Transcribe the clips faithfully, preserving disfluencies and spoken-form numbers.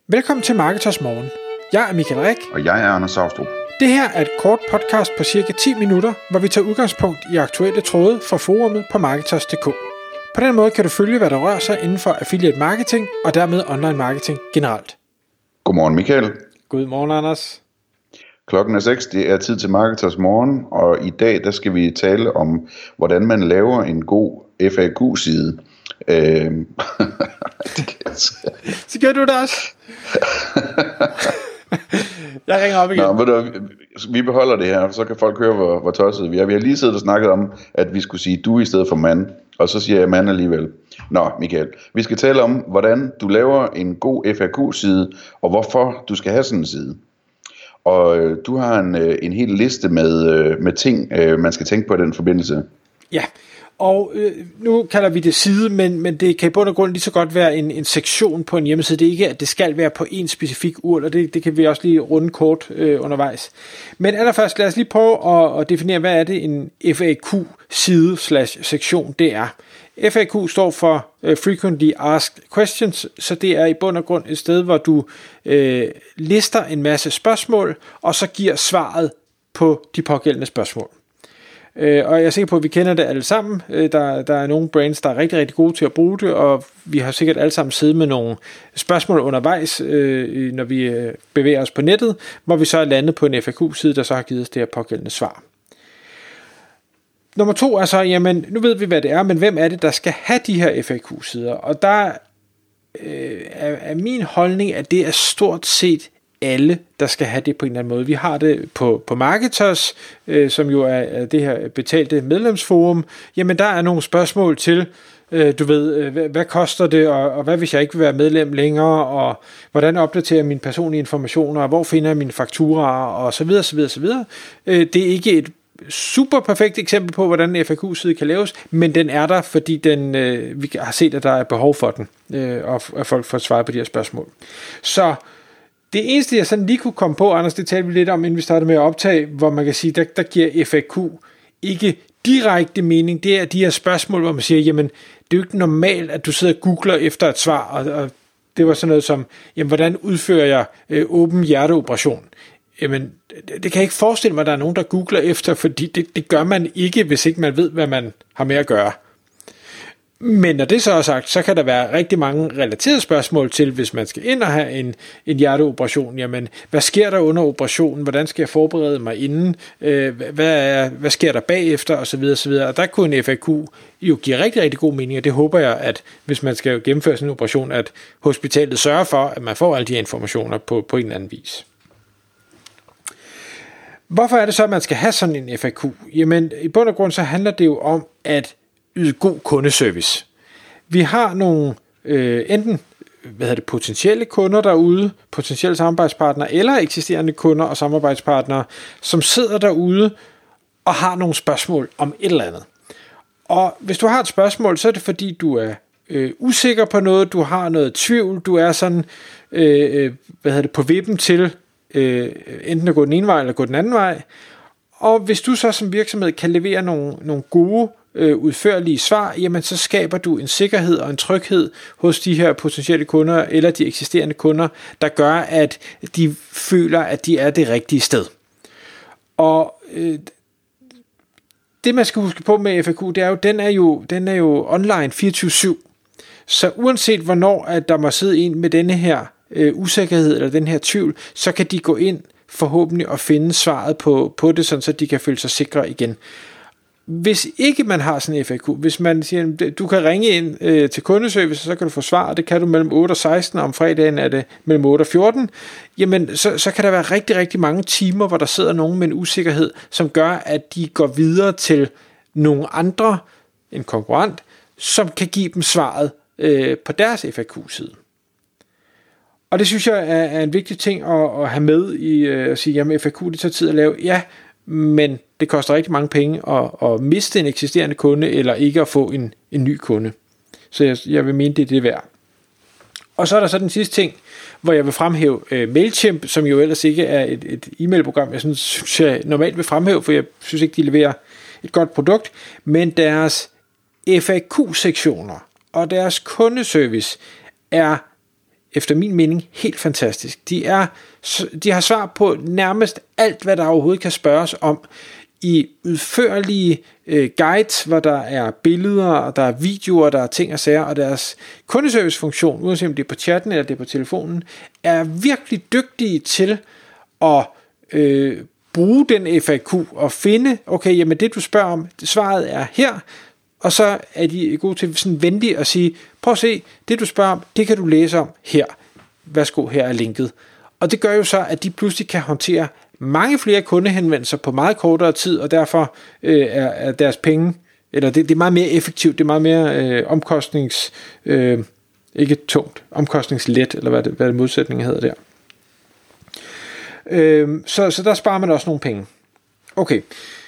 Velkommen til Marketers Morgen. Jeg er Michael Rik. Og jeg er Anders Saustrup. Det her er et kort podcast på cirka ti minutter, hvor vi tager udgangspunkt i aktuelle tråde fra forumet på Marketers punktum d k. På den måde kan du følge, hvad der rører sig inden for affiliate marketing og dermed online marketing generelt. Godmorgen Michael. Godmorgen Anders. Klokken er seks, det er tid til Marketers Morgen, og i dag der skal vi tale om, hvordan man laver en god F A Q-side. Øh... Så gør du det også. Jeg ringer op igen. Nå, du, vi beholder det her, så kan folk høre, hvor, hvor tosset vi er. Vi har lige siddet og snakket om, at vi skulle sige du i stedet for mand, og så siger jeg mand alligevel. Nå, Michael, vi skal tale om, hvordan du laver en god F A Q-side, og hvorfor du skal have sådan en side. Og øh, du har en, øh, en hel liste med, øh, med ting, øh, man skal tænke på i den forbindelse. Ja, og øh, nu kalder vi det side, men, men det kan i bund og grund lige så godt være en, en sektion på en hjemmeside. Det er ikke, at det skal være på en specifik ur, og det, det kan vi også lige runde kort øh, undervejs. Men allerførst, lad os lige prøve at, at definere, hvad er det en F A Q-side slash sektion det er. F A Q står for uh, Frequently Asked Questions, så det er i bund og grund et sted, hvor du øh, lister en masse spørgsmål, og så giver svaret på de pågældende spørgsmål. Øh, og jeg er sikker på, at vi kender det alle sammen. Øh, der, der er nogle brands, der er rigtig, rigtig gode til at bruge det, og vi har sikkert alle sammen siddet med nogle spørgsmål undervejs, øh, når vi øh, bevæger os på nettet, hvor vi så er landet på en F A Q-side, der så har givet os det her pågældende svar. Nummer to er så, jamen nu ved vi, hvad det er, men hvem er det, der skal have de her F A Q-sider? Og der øh, er, er min holdning, at det er stort set alle, der skal have det på en eller anden måde. Vi har det på, på Marketers, øh, som jo er, er det her betalte medlemsforum. Jamen der er nogle spørgsmål til, øh, du ved, øh, hvad, hvad koster det, og, og hvad hvis jeg ikke vil være medlem længere, og hvordan opdaterer jeg mine personlige informationer, og hvor finder jeg mine fakturaer, og så videre, så videre, så videre. Øh, det er ikke et super perfekt eksempel på, hvordan en F A Q-side kan laves, men den er der, fordi den, øh, vi har set, at der er behov for den, øh, og at folk får svaret på de her spørgsmål. Så det eneste, jeg sådan lige kunne komme på, Anders, det talte vi lidt om, inden vi startede med at optage, hvor man kan sige, der, der giver F A Q ikke direkte mening. Det er de her spørgsmål, hvor man siger, jamen, det er jo ikke normalt, at du sidder og googler efter et svar, og, og det var sådan noget som, jamen, hvordan udfører jeg øh, åben hjerteoperation? Jamen, det, det kan jeg ikke forestille mig, at der er nogen, der googler efter, fordi det, det gør man ikke, hvis ikke man ved, hvad man har med at gøre. Men når det så er sagt, så kan der være rigtig mange relaterede spørgsmål til, hvis man skal ind og have en, en hjerteoperation. Jamen, hvad sker der under operationen? Hvordan skal jeg forberede mig inden? Øh, hvad, er, hvad sker der bagefter? Og så videre, så videre. Og der kunne en F A Q jo give rigtig, rigtig god mening, og det håber jeg, at hvis man skal gennemføre sådan en operation, at hospitalet sørger for, at man får alle de her informationer på, på en eller anden vis. Hvorfor er det så, at man skal have sådan en F A Q? Jamen, i bund og grund så handler det jo om at yde god kundeservice. Vi har nogle øh, enten hvad hedder det, potentielle kunder derude, potentielle samarbejdspartnere, eller eksisterende kunder og samarbejdspartnere, som sidder derude og har nogle spørgsmål om et eller andet. Og hvis du har et spørgsmål, så er det fordi, du er øh, usikker på noget, du har noget tvivl, du er sådan øh, hvad hedder det, på vippen til øh, enten at gå den ene vej eller gå den anden vej. Og hvis du så som virksomhed kan levere nogle, nogle gode øh, udførlige svar, jamen så skaber du en sikkerhed og en tryghed hos de her potentielle kunder eller de eksisterende kunder, der gør, at de føler, at de er det rigtige sted. Og øh, det man skal huske på med F A Q, det er jo, den er jo, den er jo online fireogtyve syv. Så uanset hvornår at der må sidde en med denne her øh, usikkerhed eller den her tvivl, så kan de gå ind forhåbentlig at finde svaret på, på det, sådan så de kan føle sig sikre igen. Hvis ikke man har sådan en F A Q, hvis man siger, du kan ringe ind øh, til kundeservice, så kan du få svar, og det kan du mellem otte og seksten, og om fredagen er det mellem otte og fjorten, jamen så, så kan der være rigtig, rigtig mange timer, hvor der sidder nogen med en usikkerhed, som gør, at de går videre til nogle andre, en konkurrent, som kan give dem svaret øh, på deres F A Q-side. Og det synes jeg er, er en vigtig ting at, at have med i øh, at sige, jamen F A Q det tager tid at lave, ja, men det koster rigtig mange penge at, at miste en eksisterende kunde, eller ikke at få en, en ny kunde. Så jeg, jeg vil mene, det er det værd. Og så er der så den sidste ting, hvor jeg vil fremhæve øh, MailChimp, som jo ellers ikke er et, et e-mailprogram, jeg synes, synes jeg normalt vil fremhæve, for jeg synes ikke, de leverer et godt produkt, men deres F A Q-sektioner og deres kundeservice er efter min mening helt fantastisk. De, er, de har svar på nærmest alt, hvad der overhovedet kan spørges om, i udførlige øh, guides, hvor der er billeder, og der er videoer, der er ting og sager, og deres kundeservicefunktion, uanset om det er på chatten eller det er på telefonen, er virkelig dygtige til at øh, bruge den F A Q og finde, okay, jamen det du spørger om, svaret er her, og så er de gode til sådan venligt at sige, prøv at se, det du spørger om, det kan du læse om her. Værsgo, her er linket. Og det gør jo så, at de pludselig kan håndtere mange flere kundehenvendelser på meget kortere tid, og derfor øh, er, er deres penge, eller det, det er meget mere effektivt, det er meget mere øh, omkostnings, øh, ikke tungt, omkostningslet, eller hvad det, hvad det modsætningen hedder der. Øh, så, så der sparer man også nogle penge. Okay.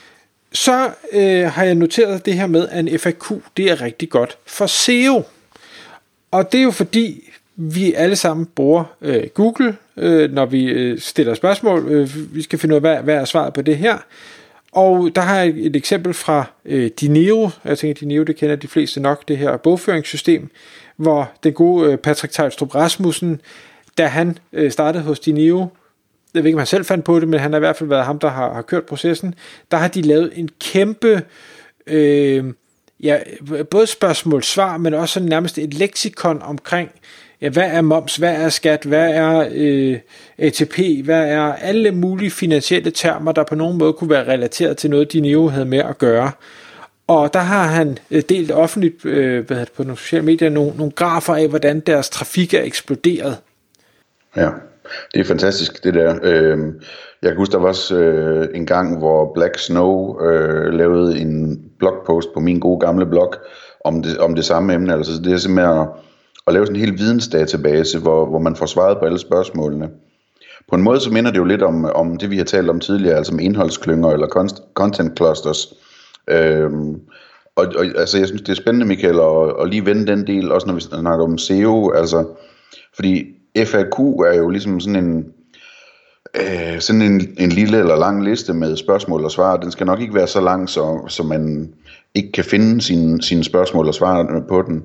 Så øh, har jeg noteret det her med, at en F A Q, det er rigtig godt for S E O. Og det er jo fordi, vi alle sammen bruger øh, Google, øh, når vi øh, stiller spørgsmål. Øh, vi skal finde ud af, hvad, hvad er svaret på det her. Og der har jeg et eksempel fra øh, Dinero. Jeg tænker, Dinero, det kender de fleste nok, det her bogføringssystem, hvor den gode øh, Patrick Teilstrup Rasmussen, da han øh, startede hos Dinero, jeg ved ikke, om han selv fandt på det, men han har i hvert fald været ham, der har, har kørt processen, der har de lavet en kæmpe, øh, ja, både spørgsmål-svar, men også sådan nærmest et leksikon omkring, ja, hvad er moms, hvad er skat, hvad er øh, A T P, hvad er alle mulige finansielle termer, der på nogen måde kunne være relateret til noget, Dinero havde med at gøre. Og der har han delt offentligt øh, hvad det, på nogle sociale medier nogle, nogle grafer af, hvordan deres trafik er eksploderet. Ja, det er fantastisk det der. Jeg kan huske, der var også en gang, hvor Black Snow øh, lavede en blogpost på min gode gamle blog om det, om det samme emne. Altså det er simpelthen at, at lave sådan en hel vidensdatabase, hvor, hvor man får svaret på alle spørgsmålene. På en måde så minder det jo lidt om, om det, vi har talt om tidligere, altså med indholdsklynger eller content clusters. Øhm, og, og altså jeg synes det er spændende, Michael, at, at lige vende den del, også når vi snakker om S E O, altså fordi F A Q er jo ligesom sådan en øh, sådan en, en lille eller lang liste med spørgsmål og svar. Den skal nok ikke være så lang, så, så man ikke kan finde sine, sine spørgsmål og svar på den.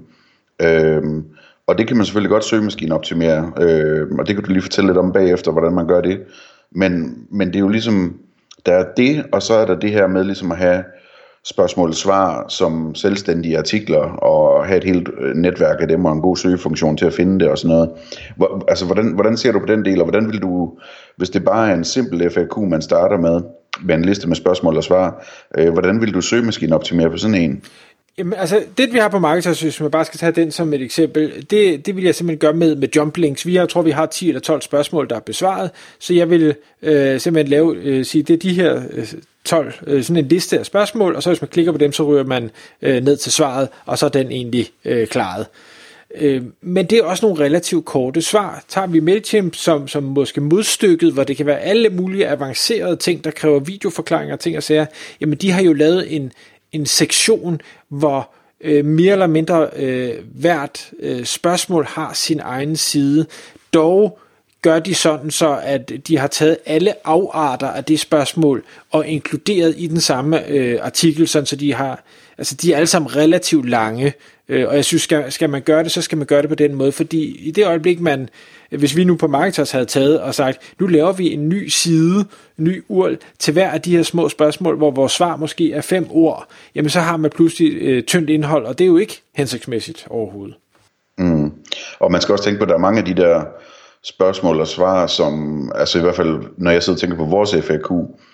Øhm, og det kan man selvfølgelig godt søgemaskineoptimere, øh, og det kan du lige fortælle lidt om bagefter, hvordan man gør det. Men, men det er jo ligesom, der er det, og så er der det her med ligesom at have spørgsmål og svar som selvstændige artikler, og have et helt netværk af dem, og en god søgefunktion til at finde det og sådan noget. Hvor, altså, hvordan, hvordan ser du på den del, og hvordan vil du, hvis det bare er en simpel F A Q, man starter med, med en liste med spørgsmål og svar, øh, hvordan vil du søgemaskineoptimere på sådan en? Jamen, altså, det vi har på Marketers, hvis man bare skal tage den som et eksempel, det, det vil jeg simpelthen gøre med, med jump links. Vi har, jeg tror, vi har ti eller tolv spørgsmål, der er besvaret, så jeg vil øh, simpelthen lave, øh, sige, det er de her øh, tolv, øh, sådan en liste af spørgsmål, og så hvis man klikker på dem, så ryger man øh, ned til svaret, og så er den egentlig øh, klaret. Øh, men det er også nogle relativt korte svar. Tager vi MailChimp som, som måske modstykket, hvor det kan være alle mulige avancerede ting, der kræver videoforklaringer og ting og sager, jamen de har jo lavet en en sektion, hvor øh, mere eller mindre øh, hvert øh, spørgsmål har sin egen side. Dog gør de sådan så, at de har taget alle afarter af det spørgsmål og inkluderet i den samme øh, artikel, sådan så de har, altså de er alle sammen relativt lange, øh, og jeg synes, skal, skal man gøre det, så skal man gøre det på den måde, fordi i det øjeblik, man, hvis vi nu på Marketers havde taget og sagt, nu laver vi en ny side, en ny U R L til hver af de her små spørgsmål, hvor vores svar måske er fem ord, jamen så har man pludselig øh, tyndt indhold, og det er jo ikke hensigtsmæssigt overhovedet. Mm. Og man skal også tænke på, at der er mange af de der spørgsmål og svar, som, altså i hvert fald, når jeg sidder og tænker på vores F A Q,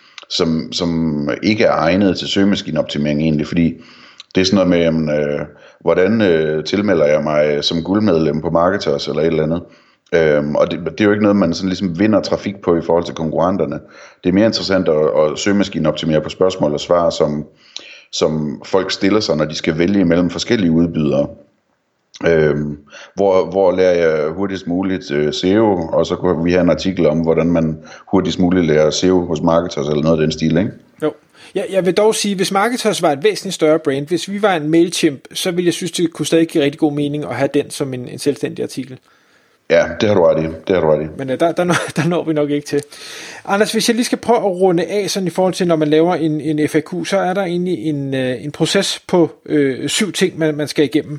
som, som ikke er egnet til søgemaskineoptimering egentlig, fordi det er sådan noget med, jamen, øh, hvordan øh, tilmelder jeg mig som guldmedlem på Marketers eller et eller andet. Øhm, og det, det er jo ikke noget, man sådan ligesom vinder trafik på i forhold til konkurrenterne. Det er mere interessant at, at søgemaskineoptimere på spørgsmål og svar, som, som folk stiller sig, når de skal vælge imellem forskellige udbydere. Øhm, hvor, hvor lærer jeg hurtigst muligt øh, S E O, og så kunne vi have en artikel om, hvordan man hurtigst muligt lærer S E O hos Marketers eller noget af den stil, ikke? Jo. Jeg, jeg vil dog sige, hvis Marketers var et væsentligt større brand, hvis vi var en MailChimp, så ville jeg synes, det kunne stadig give rigtig god mening at have den som en, en selvstændig artikel. Ja, det har du ret i. Det har du ret i. Men der, der, når, der når vi nok ikke til. Anders, hvis jeg lige skal prøve at runde af, sådan i forhold til, når man laver en, en F A Q, så er der egentlig en, en proces på øh, syv ting, man, man skal igennem.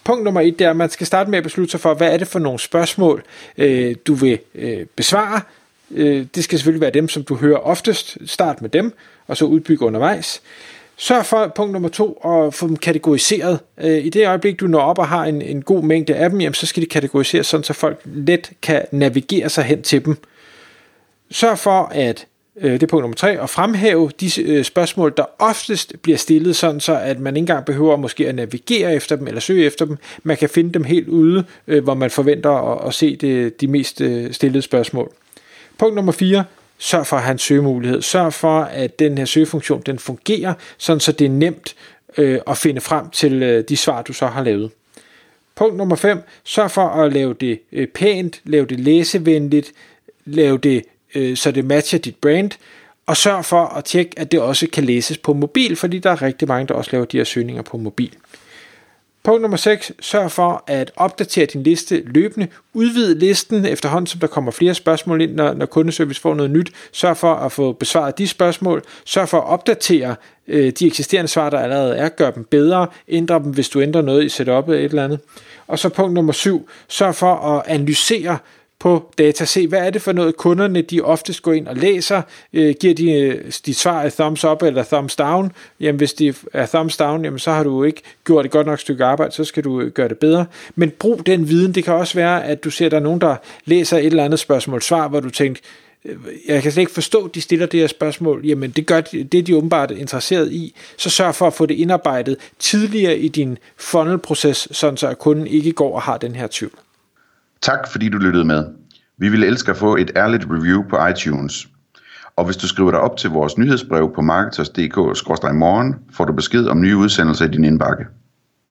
punkt nummer et, det er, at man skal starte med at beslutte sig for, hvad er det for nogle spørgsmål, øh, du vil øh, besvare. Øh, det skal selvfølgelig være dem, som du hører oftest. Start med dem, og så udbygge undervejs. Sørg for, punkt nummer to, at få dem kategoriseret. I det øjeblik, du når op og har en, en god mængde af dem, jamen, så skal de kategoriseres, sådan, så folk let kan navigere sig hen til dem. Sørg for, at, det er punkt nummer tre, at fremhæve de spørgsmål, der oftest bliver stillet, sådan så at man ikke engang behøver måske at navigere efter dem, eller søge efter dem. Man kan finde dem helt ude, hvor man forventer at, at se det, de mest stillede spørgsmål. Punkt nummer fire. Sørg for at have en søgemulighed. Sørg for, at den her søgefunktion den fungerer, sådan så det er nemt øh, at finde frem til øh, de svar, du så har lavet. Punkt nummer fem. Sørg for at lave det øh, pænt, lave det læsevenligt, lave det, øh, så det matcher dit brand, og sørg for at tjekke, at det også kan læses på mobil, fordi der er rigtig mange, der også laver de her søgninger på mobil. Punkt nummer seks. Sørg for at opdatere din liste løbende. Udvid listen efterhånden, som der kommer flere spørgsmål ind, når, når kundeservice får noget nyt. Sørg for at få besvaret de spørgsmål. Sørg for at opdatere øh, de eksisterende svar, der allerede er. Gør dem bedre. Ændre dem, hvis du ændrer noget i setup'et eller et eller andet. Og så punkt nummer syv. Sørg for at analysere på data. Se, hvad er det for noget, kunderne de oftest går ind og læser. Øh, giver de dit svar et thumbs up eller thumbs down? Jamen, hvis det er thumbs down, jamen, så har du ikke gjort et godt nok stykke arbejde, så skal du gøre det bedre. Men brug den viden. Det kan også være, at du ser, at der er nogen, der læser et eller andet spørgsmål-svar, hvor du tænker, jeg kan slet ikke forstå, at de stiller det her spørgsmål. Jamen, det, gør de, det er de åbenbart interesseret i. Så sørg for at få det indarbejdet tidligere i din funnel-proces, sådan så at kunden ikke går og har den her tvivl. Tak fordi du lyttede med. Vi ville elske at få et ærligt review på iTunes. Og hvis du skriver dig op til vores nyhedsbrev på marketers punktum d k skråstreg morgen, får du besked om nye udsendelser i din indbakke.